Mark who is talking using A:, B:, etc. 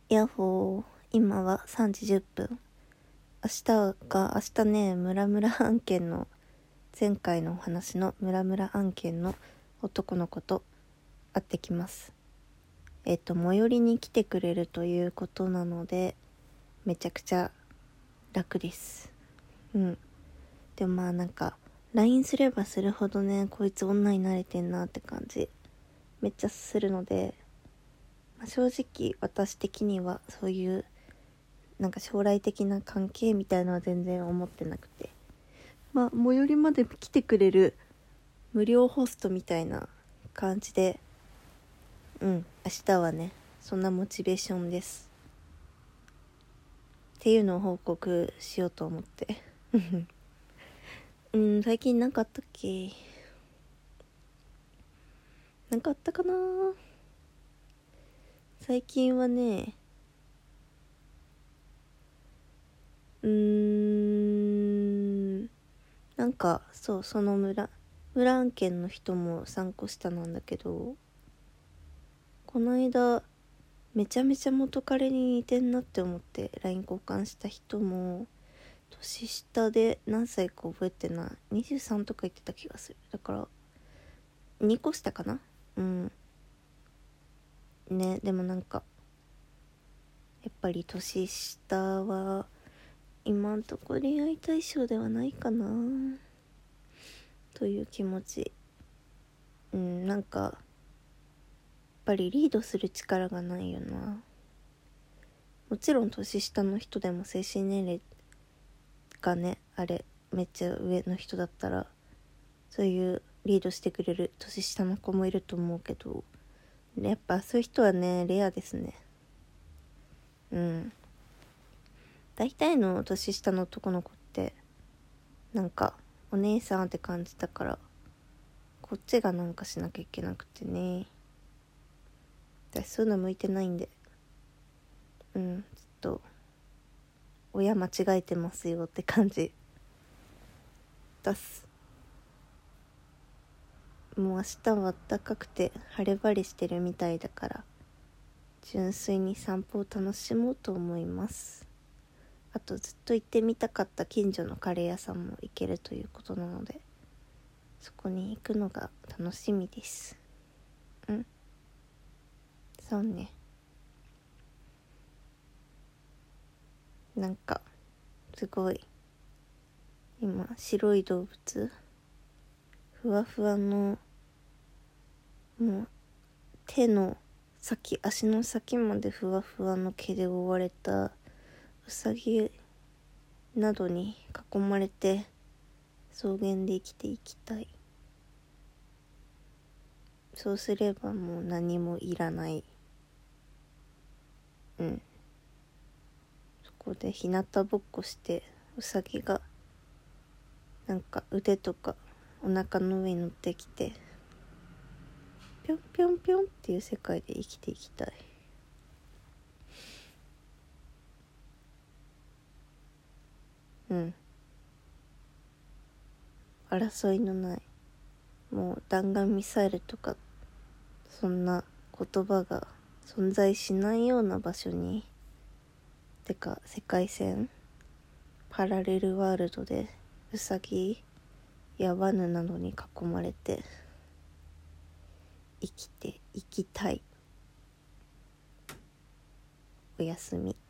A: ヤッホー、今は3時10分。明日ね、ムラムラ案件の、前回のお話のムラムラ案件の男の子と会ってきます。最寄りに来てくれるということなので、めちゃくちゃ楽です。でもLINE すればするほどね、こいつ女に慣れてんなって感じ、めっちゃするので、正直私的にはそういう将来的な関係みたいのは全然思ってなくて、最寄りまで来てくれる無料ホストみたいな感じで、明日はね、そんなモチベーションですっていうのを報告しようと思って最近何かあったっけ？何かあったかな？最近はね、その村案件の人も3個下なんだけど、この間めちゃめちゃ元彼に似てんなって思って LINE 交換した人も、年下で何歳か覚えてない、23とか言ってた気がする。だから2個下かな。ね、でもやっぱり年下は今んとこ恋愛対象ではないかなという気持ち。やっぱりリードする力がないよな。もちろん年下の人でも精神年齢がね、めっちゃ上の人だったらそういうリードしてくれる年下の子もいると思うけど、やっぱそういう人はね、レアですね。大体の年下の男の子ってお姉さんって感じだから、こっちがしなきゃいけなくてね。私そういうの向いてないんで、ちょっと親間違えてますよって感じ出す。もう明日は暖かくて晴れ晴れしてるみたいだから、純粋に散歩を楽しもうと思います。あとずっと行ってみたかった近所のカレー屋さんも行けるということなので、そこに行くのが楽しみです。そうね。すごい今白い動物、ふわふわの、もう手の先、足の先までふわふわの毛で覆われたうさぎなどに囲まれて草原で生きていきたい。そうすればもう何もいらない。そこで日向ぼっこして、うさぎが腕とかお腹の上に乗ってきて、ぴょんぴょんぴょんっていう世界で生きていきたい。争いのない、もう弾丸ミサイルとかそんな言葉が存在しないような場所に、世界線、パラレルワールドでウサギやワニなどに囲まれて生きていきたい。おやすみ。